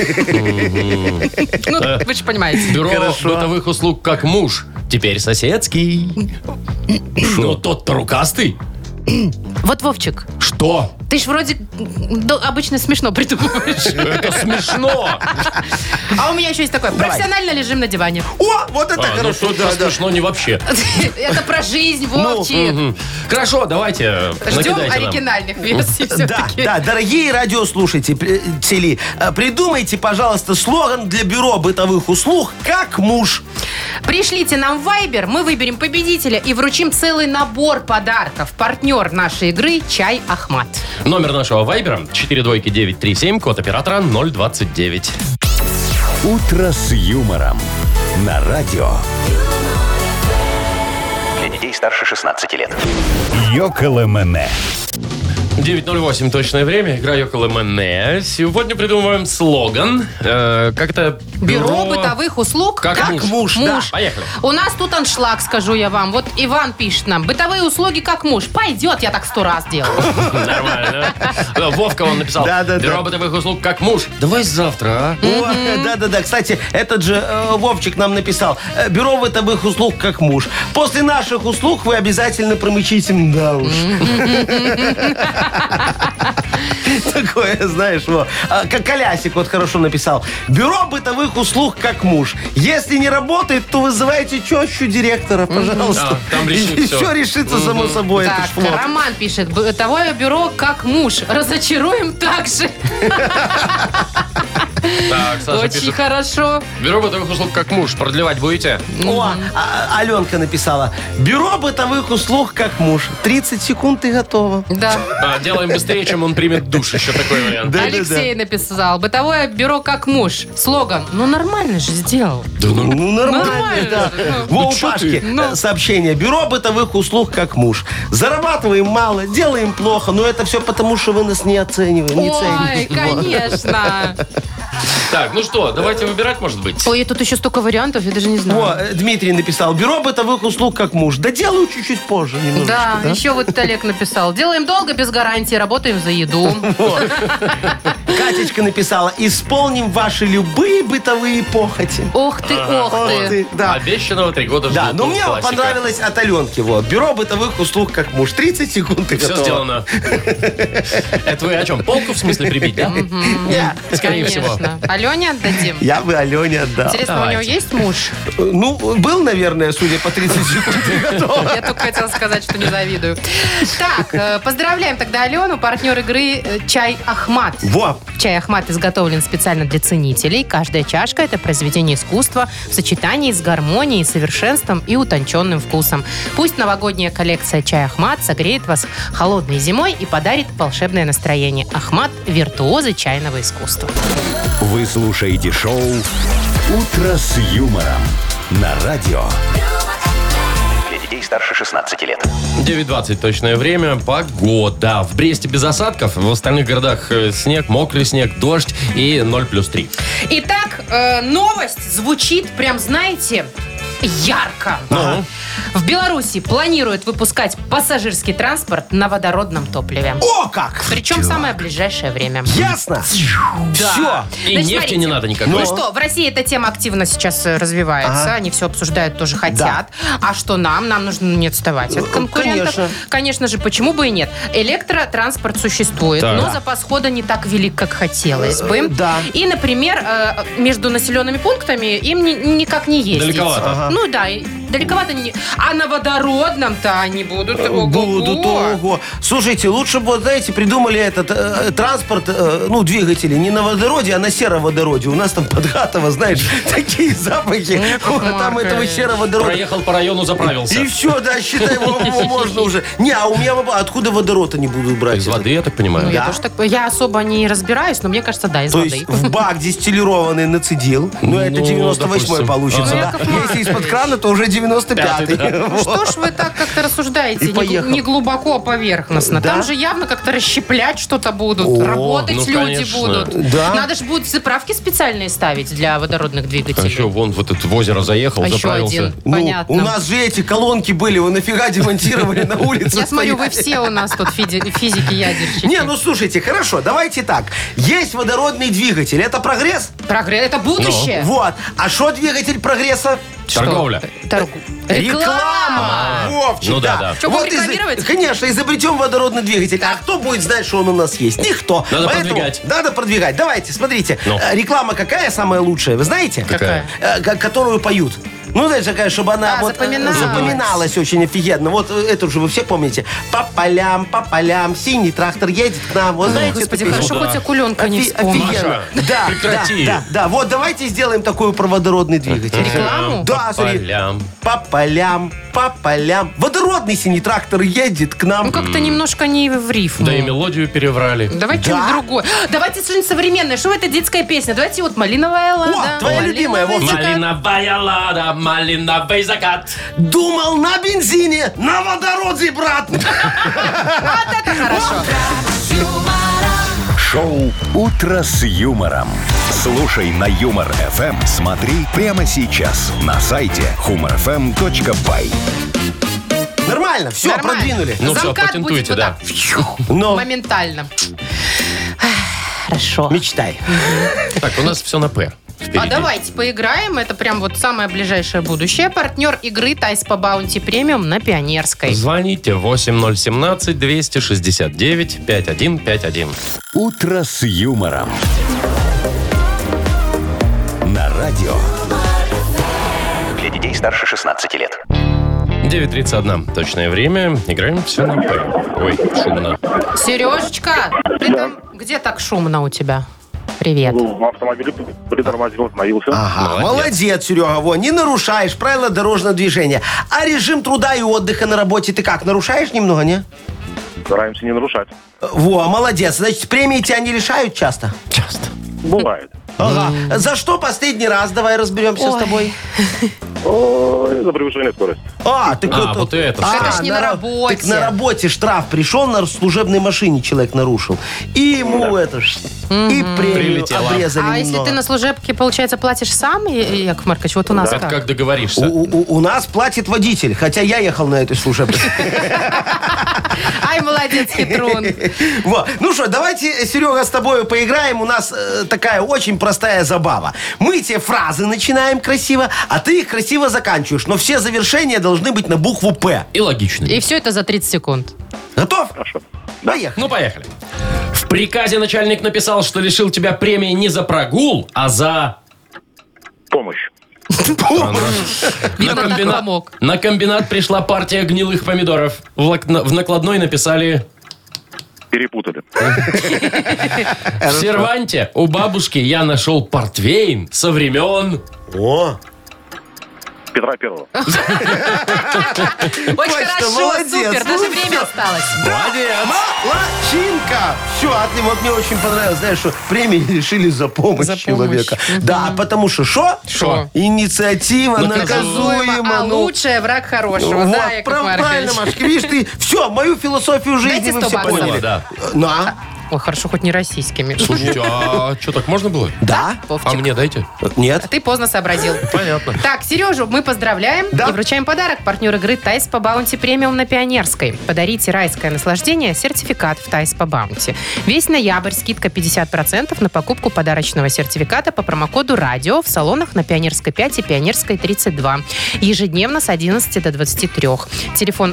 Ну, вы же понимаете. Бюро Хорошо. бытовых услуг как муж. Теперь соседский. Ну, тот-то рукастый. Вот, Вовчик, Что? ты ж вроде обычно смешно придумываешь. Это смешно. А у меня еще есть такое. Профессионально лежим на диване. О, вот это Ну хорошо. что, это смешно не вообще. Это про жизнь, Вовчик. Мгм. Хорошо, давайте, Ждем накидайте нам. оригинальных версий Да, все-таки. да, дорогие радиослушатели, придумайте, пожалуйста, слоган для бюро бытовых услуг «Как муж». Пришлите нам в Viber, мы выберем победителя и вручим целый набор подарков. Партнер нашей игры «Чай Ахмат». Номер нашего вайбера 42937, код оператора 029. «Утро с юмором» на радио. Для детей старше 16 лет. Йоколэмэне. 9:08 точное время. Игра Йоколэ Мэне. Сегодня придумываем слоган. Как-то Бюро бытовых услуг Как муж. да. Поехали. У нас тут аншлаг, скажу я вам. Вот Иван пишет нам. Бытовые услуги как муж. Пойдет, я так 100 раз делал. Нормально. Вовка он написал. Да-да-да. Бюро бытовых услуг как муж. Давай завтра, а? О, да-да-да. Кстати, этот же Вовчик нам написал. Бюро бытовых услуг как муж. После наших услуг вы обязательно промычите. Да уж. Такое, знаешь, как Колясик вот хорошо написал. Бюро бытовых услуг как муж. Если не работает, то вызывайте тещу директора, пожалуйста. Да, там решит И всё. все решится само собой. Это Так, ж флот. Роман пишет. Бытовое бюро как муж. Разочаруем так же. Так, Саша Очень пишет. хорошо. Бюро бытовых услуг как муж. Продлевать будете? О, Аленка написала. Бюро бытовых услуг как муж. 30 секунд и готово. Да. Делаем быстрее, чем он примет душ. Еще такой вариант. Да. Алексей написал. Бытовое бюро как муж. Слоган. Ну, нормально же сделал. Ну, нормально, Нормально да. же. Во, у чё Пашки ты? сообщение. Бюро бытовых услуг как муж. Зарабатываем мало, делаем плохо, но это все потому, что вы нас не оцениваете. Не Ой, цените. конечно. Так, ну что, давайте выбирать, может быть. Ой, тут еще столько вариантов, я даже не знаю. Во, Дмитрий написал. Бюро бытовых услуг как муж. Да делаю чуть-чуть позже немножечко. Да, еще вот Олег написал. Делаем долго, без гарантии, работаем за еду. Катечка написала. Исполним ваши любые бытовые похоти. Ох ты, ох Ох ты. ты, да. Обещанного 3 года Да, ждут. но Ну, мне классика. понравилось от Аленки. Вот. Бюро бытовых услуг как муж. 30 секунд и Все готово. сделано. Это вы о чем? Полку в смысле прибить, да? Не, Скорее всего. Конечно. Алене отдадим. я бы Алене отдал. Интересно, у него Давайте. есть муж? Ну, был, наверное, судя по 30 секунд и готово. Я только хотела сказать, что не завидую. Так, поздравляем тогда Алену, партнер игры «Чай Ахмат». Во. Чай Ахмат изготовлен специально для ценителей. Каждая чашка – это произведение искусства в сочетании с гармонией, совершенством и утонченным вкусом. Пусть новогодняя коллекция «Чай Ахмат» согреет вас холодной зимой и подарит волшебное настроение. Ахмат – виртуозы чайного искусства. Вы слушаете шоу «Утро с юмором» на радио. Для детей старше 16 лет. 9:20 точное время. Погода. В Бресте без осадков. В остальных городах снег, мокрый снег, дождь и 0+3. Итак, новость звучит прям, знаете, ярко. Ну? В Беларуси планируют выпускать пассажирский транспорт на водородном топливе. О, как! Причем в самое ближайшее время. Ясно? Все. И Значит, нефти смотрите. не надо никакой. Ну что, в России эта тема активно сейчас развивается. Ага. Они все обсуждают, тоже хотят. А что нам? Нам нужно не отставать от конкурентов. конечно. Конечно же, почему бы и нет? Электротранспорт существует, Так. но запас хода не так велик, как хотелось бы. Да. И, например, между населенными пунктами им никак не ездить. Далековато. Ну да, далековато не... А на водородном-то они будут... Будут, ого. Слушайте, лучше бы, вот, знаете, придумали этот транспорт, двигатели не на водороде, а на сероводороде. У нас там под Гатово, знаешь, такие запахи. Там этого сероводорода. Проехал по району, заправился. И все, да, считай, его можно уже. Не, а у меня откуда водород они будут брать? Из воды, я так понимаю. Я особо не разбираюсь, но мне кажется, да, из То воды. есть в бак дистиллированный нацедил. Это 98-й получится. Да. Если из-под крана, то уже 95-й. Что ж вы так как-то рассуждаете? Не глубоко, а поверхностно. Да? Там же явно как-то расщеплять что-то будут, работать люди конечно. будут. Да. Надо же будет заправки специальные ставить для водородных двигателей. А еще вон вот это в озеро заехал, А еще заправился. один. Понятно. У нас же эти колонки были, вы нафига демонтировали на улице? Я смотрю, вы все у нас тут физики-ядерщики. Не, слушайте, хорошо, давайте так. Есть водородный двигатель, это прогресс? Прогресс, это будущее. Вот. А что двигатель прогресса? Торговля. Реклама. Вовчик, Ну да. Что, будем рекламировать? Конечно, изобретем водородный двигатель. А кто будет знать, что он у нас есть? Никто. Надо Поэтому продвигать. Надо продвигать. Давайте, смотрите. Ну. Реклама какая самая лучшая, вы знаете? Какая? Которую поют. Знаешь, такая, чтобы она запоминалась очень офигенно. Вот эту же вы все помните. По полям, синий трактор едет к нам. Вот знаете, Господи, эту хорошо, песню? хоть акуленка не вспомнила. Офигенно. Да, прекрати. да. Вот давайте сделаем такой проводородный двигатель. Рекламу? Да, По смотри. полям. По полям. Водородный синий трактор едет к нам. Ну, как-то немножко не в рифму. Да и мелодию переврали. Давайте Да. что-нибудь другое. Давайте что-нибудь современное. Что это детская песня? Давайте вот «Малиновая лада». О, твоя любимая, «Малиновый Вовчик. закат». Малиновая лада, малиновый закат. Думал на бензине, на водороде, брат. Вот это хорошо. Шоу «Утро с юмором». Слушай на Юмор ФМ. Смотри прямо сейчас на сайте humorfm.by. Нормально, все, Нормально. продвинули. Ну всё, Замкат патентуйте, будет да. Но Моментально. Хорошо. мечтай. Так, у нас все на «П». Впереди. А давайте поиграем. Это прям вот самое ближайшее будущее. Партнер игры «Тайс по баунти премиум» на Пионерской. Звоните 8017-269-5151. «Утро с юмором». На радио. Для детей старше 16 лет. 9:31 точное время. Играем все на «П». Ой, шумно. Сережечка, ты там где так шумно у тебя? Привет. В автомобиле притормозил, остановился. Ага, молодец, Серега. Во, не нарушаешь правила дорожного движения. А режим труда и отдыха на работе ты как, нарушаешь немного, не? Стараемся не нарушать. Во, молодец. Значит, премии тебя не лишают часто? Часто. Бывает. Ага. За что последний раз? Давай разберемся с Ой. тобой. Ой, за превышение скорости. вот это что. Это ж не на работе. Так на работе штраф пришел, на служебной машине человек нарушил. И ему это ж, и премию Прилетело. обрезали А если немного. ты на служебке, получается, платишь сам, Яков Маркович? Вот у нас Это как? как договоришься. У нас платит водитель, хотя я ехал на этой служебной. Ай, молодец, хитрун. Вот. Ну что, давайте, Серега, с тобой поиграем. У нас такая очень простая забава. Мы те фразы начинаем красиво, а ты их красиво заканчиваешь. Но все завершения должны быть на букву «П». И логично. И все это за 30 секунд. Готов? Хорошо. Поехали. Ну, поехали. В приказе начальник написал, что лишил тебя премии не за прогул, а за... Помощь. Видно, так помог. На комбинат пришла партия гнилых помидоров. В накладной написали... Перепутали. В серванте у бабушки я нашел портвейн со времен... О, Петра Первого. Очень Точно, хорошо, молодец. супер. Даже Ну время всё. осталось. Молодец. молодчинка. Все, а ты вот мне очень понравилось, знаешь, что премии решили за помощь За помощь. человека. Да, потому что что? Шо? Инициатива А наказуема. Ну, лучший враг хорошего, вот, да, Яков правильно, Маркович? Машка, видишь, ты все, мою философию жизни Дайте вы 100 все баксов. поняли. Да. На. Ой, хорошо, хоть не российскими. Слушайте, а что, так можно было? Да? Вовчик. А мне дайте. Нет? Ты поздно сообразил. Понятно. Так, Сережу мы поздравляем Да. и вручаем подарок. Партнер игры «Тайс по баунти премиум» на Пионерской. Подарите райское наслаждение, сертификат в «Тайс по баунти». Весь ноябрь скидка 50% на покупку подарочного сертификата по промокоду «Радио» в салонах на Пионерской 5 и Пионерской 32. Ежедневно с 11 до 23. Телефон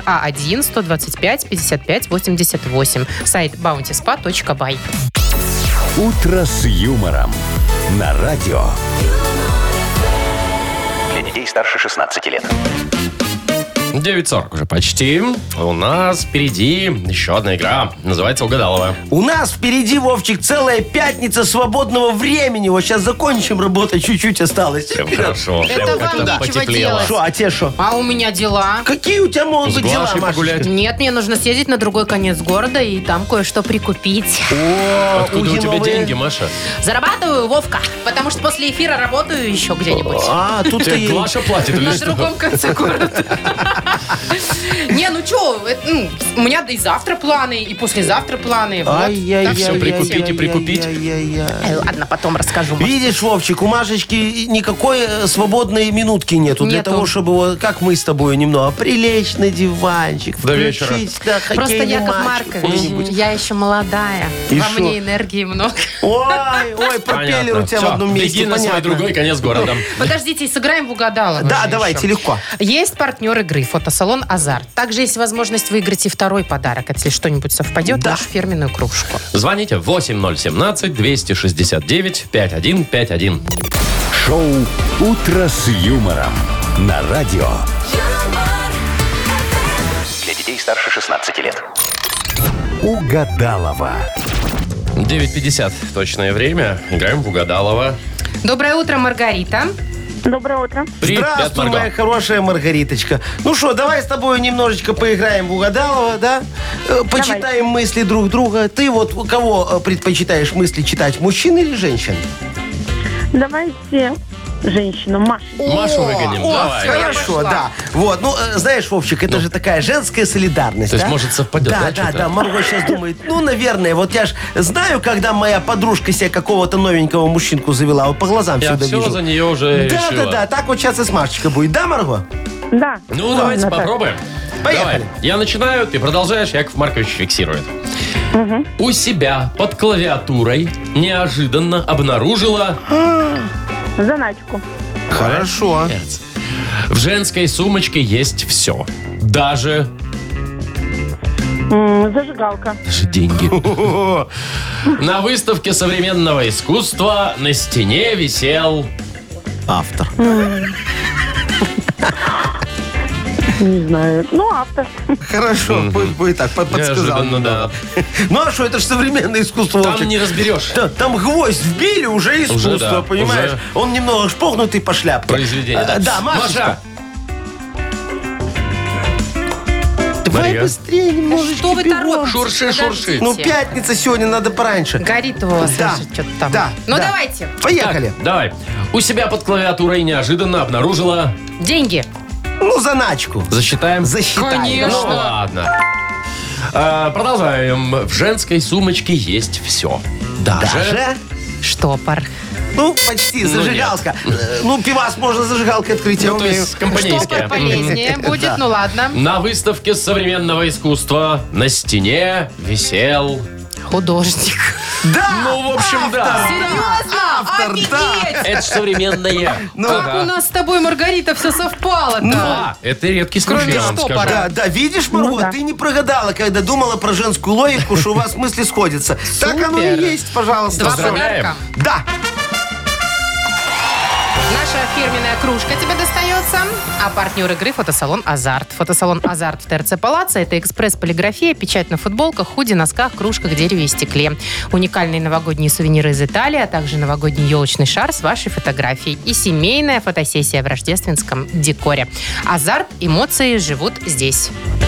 А1-125-55-88. Сайт bountyspa.by. «Утро с юмором». На радио. Для детей старше 16 лет. 9:40 уже почти. У нас впереди еще одна игра. Называется «Угадалова». У нас впереди, Вовчик, целая пятница свободного времени. Вот сейчас закончим работать, чуть-чуть осталось. Прям хорошо. Это вам Как-то нечего делать. Что, а те что? А у меня дела. Какие у тебя могут С быть дела, Глашей погулять. Машечка? Нет, мне нужно съездить на другой конец города и там кое-что прикупить. О, Откуда у тебя новые. деньги, Маша? Зарабатываю, Вовка, потому что после эфира работаю еще где-нибудь. А, тут Тебе Глаша платит или На что? другом конце города. Не, ну что, у меня и завтра планы, и послезавтра планы. Вот. Так Всё что прикупить и прикупить. Ладно, потом расскажу. Маш. Видишь, Вовчик, у Машечки никакой свободной минутки нету. Для Нету. того, чтобы, вот, как мы с тобой, немного прилечь на диванчик. До вечера. включить, да, Просто, хоккейный Яков матч Маркович, какой-нибудь. я еще молодая. И Во шо? мне энергии много. Ой, пропеллер у тебя Всё, в одном месте. беги на свой понятно. другой конец города. Подождите, сыграем в угадалово. Да, же давайте, еще. легко. Есть партнер игры «Фотосалон Азарт». Также есть возможность выиграть и второй подарок, если что-нибудь совпадет, Да. нашу фирменную кружку. Звоните 8017-269-5151. Шоу «Утро с юмором» на радио. Для детей старше 16 лет. Угадалова. 9:50 точное время. Играем в Угадалова. Доброе утро, Маргарита. Доброе утро. Привет, Здравствуй, Марго. моя хорошая Маргариточка. Ну что, давай с тобой немножечко поиграем в Угадалова, да? Почитаем мысли друг друга. Ты вот у кого предпочитаешь мысли читать, мужчин или женщин? Давайте женщину, Машу. Машу выгоним. Давай. Хорошо, пошла. да. Вот, ну, знаешь, Вовчик, это же такая женская солидарность, То есть, да? может, совпадет, да, Да, что-то? да, Марго сейчас думает, ну, наверное, вот я ж знаю, когда моя подружка себе какого-то новенького мужчинку завела, вот по глазам Я всегда все вижу. за нее уже Да, решила. да, да, так вот сейчас и с Машечкой будет, да, Марго? Да. Ну, давайте Ладно, так. попробуем. Поехали. Давай. Я начинаю, ты продолжаешь, Яков Маркович фиксирует. У себя под клавиатурой неожиданно обнаружила... Заначку. Хорошо. Молодец. В женской сумочке есть все. Даже Зажигалка. деньги. На выставке современного искусства на стене висел... Автор. Не знаю. Ну, автор. Хорошо, пусть будет так, подсказал. Неожиданно, немного. Ну а что, это же современное искусство, Там Вовчик. не разберешь. Да, там гвоздь вбили, уже искусство, да, понимаешь? уже. Он немного шпохнутый по шляпке. Произведение, да. Да, Машечка. Давай Мария. быстрее немножечко. Что вы бегом. торопитесь? Шурши, шурши. Ну, Подождите. пятница сегодня, надо пораньше. Горит у вас Да, что-то там. да, Ну, да. давайте. Поехали. Так, давай. У себя под клавиатурой неожиданно обнаружила... Деньги. Ну, заначку. Засчитаем? Засчитаем. Конечно. Ну, ладно. Продолжаем. В женской сумочке есть все. Даже? Штопор. Ну, почти, Ну, зажигалка. Ну, пивас можно зажигалкой открыть, я Ну, то умею. есть компанейская. Штопор полезнее будет, Да. ну ладно. На выставке современного искусства на стене висел... Художник. Да! Ну, в общем, да. Серьезно? Автор, Офигеть! да. Это ж современное. Ну, Как у нас с тобой, Маргарита, все совпало-то. Да, это редкий случай, Кроме я вам штопора. скажу. Да, да, видишь, Марго, Ну да. ты не прогадала, когда думала про женскую логику, что у вас мысли сходятся. Так оно и Супер. есть, пожалуйста. Два Поздравляем. подарка. Да. Наша фирменная кружка тебе достается. А партнер игры – фотосалон «Азарт». Фотосалон «Азарт» в ТРЦ «Палаццо» – это экспресс-полиграфия, печать на футболках, худи, носках, кружках, дереве и стекле. Уникальные новогодние сувениры из Италии, а также новогодний елочный шар с вашей фотографией. И семейная фотосессия в рождественском декоре. «Азарт» – эмоции живут здесь.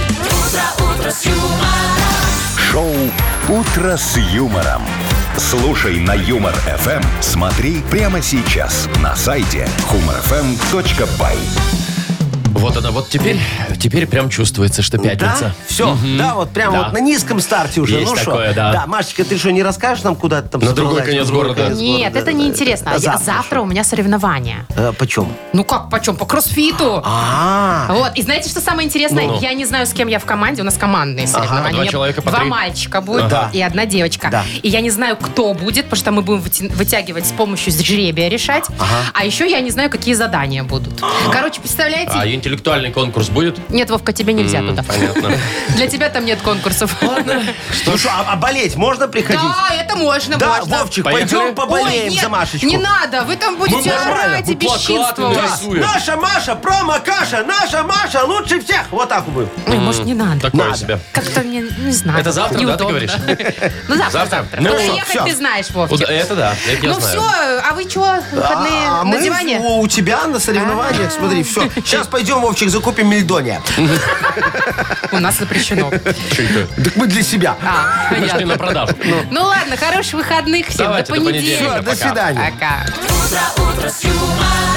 Шоу «Утро с юмором». Слушай на Юмор ФМ. Смотри прямо сейчас на сайте humorfm.by. Вот она, вот теперь прям чувствуется, что пятница. Да? Все, да, вот прямо Да. вот на низком старте уже. Есть Ну шо? такое, да. Да, Машечка, ты что, не расскажешь нам, куда ты там На другой собралась? конец На другой города. конец Нет, города? это неинтересно. А Завтра у меня соревнования. Почем? Ну как, почем? По кроссфиту. Вот, и знаете, что самое интересное? Ну-ну. Я не знаю, с кем я в команде. У нас командные соревнования. два У меня человека по 2 три. мальчика будет Ага. и 1 девочка. Да. И я не знаю, кто будет, потому что мы будем вытягивать с помощью жребия решать. А еще я не знаю, какие задания будут. Короче, представляете, А интеллектуальный интеллектуальный конкурс будет? Нет, Вовка, тебе нельзя туда. Понятно. Для тебя там нет конкурсов. Ну что, а болеть можно приходить? Да, это можно, Да, можно. Вовчик, Поехали? пойдем поболеем Ой, нет, за Машечку. не надо, вы там будете орать и мы плакаты бесчинствовать. нарисуем. Наша Маша, промо-каша, наша Маша лучше всех. Вот так будет. Ой, может, не надо. Такое себе. Как-то мне, не знаю. Это завтра, да, ты неудобно. говоришь? Ну, завтра. Завтра? завтра. Ну, Куда всё. ехать, ты знаешь, Вовчик. Это да, это я Ну знаю. все, а вы что, выходные А на мы диване? у тебя на соревнованиях, смотри, все. Сейчас пойдем, Вовчик, закупим мельдония. У нас запрещено. Так мы для себя. Мы шли Понятно. на продажу. Ну ладно, хороших выходных всем. Давайте, до до понедельника. понедельника. До свидания. Пока. Утро с юмором.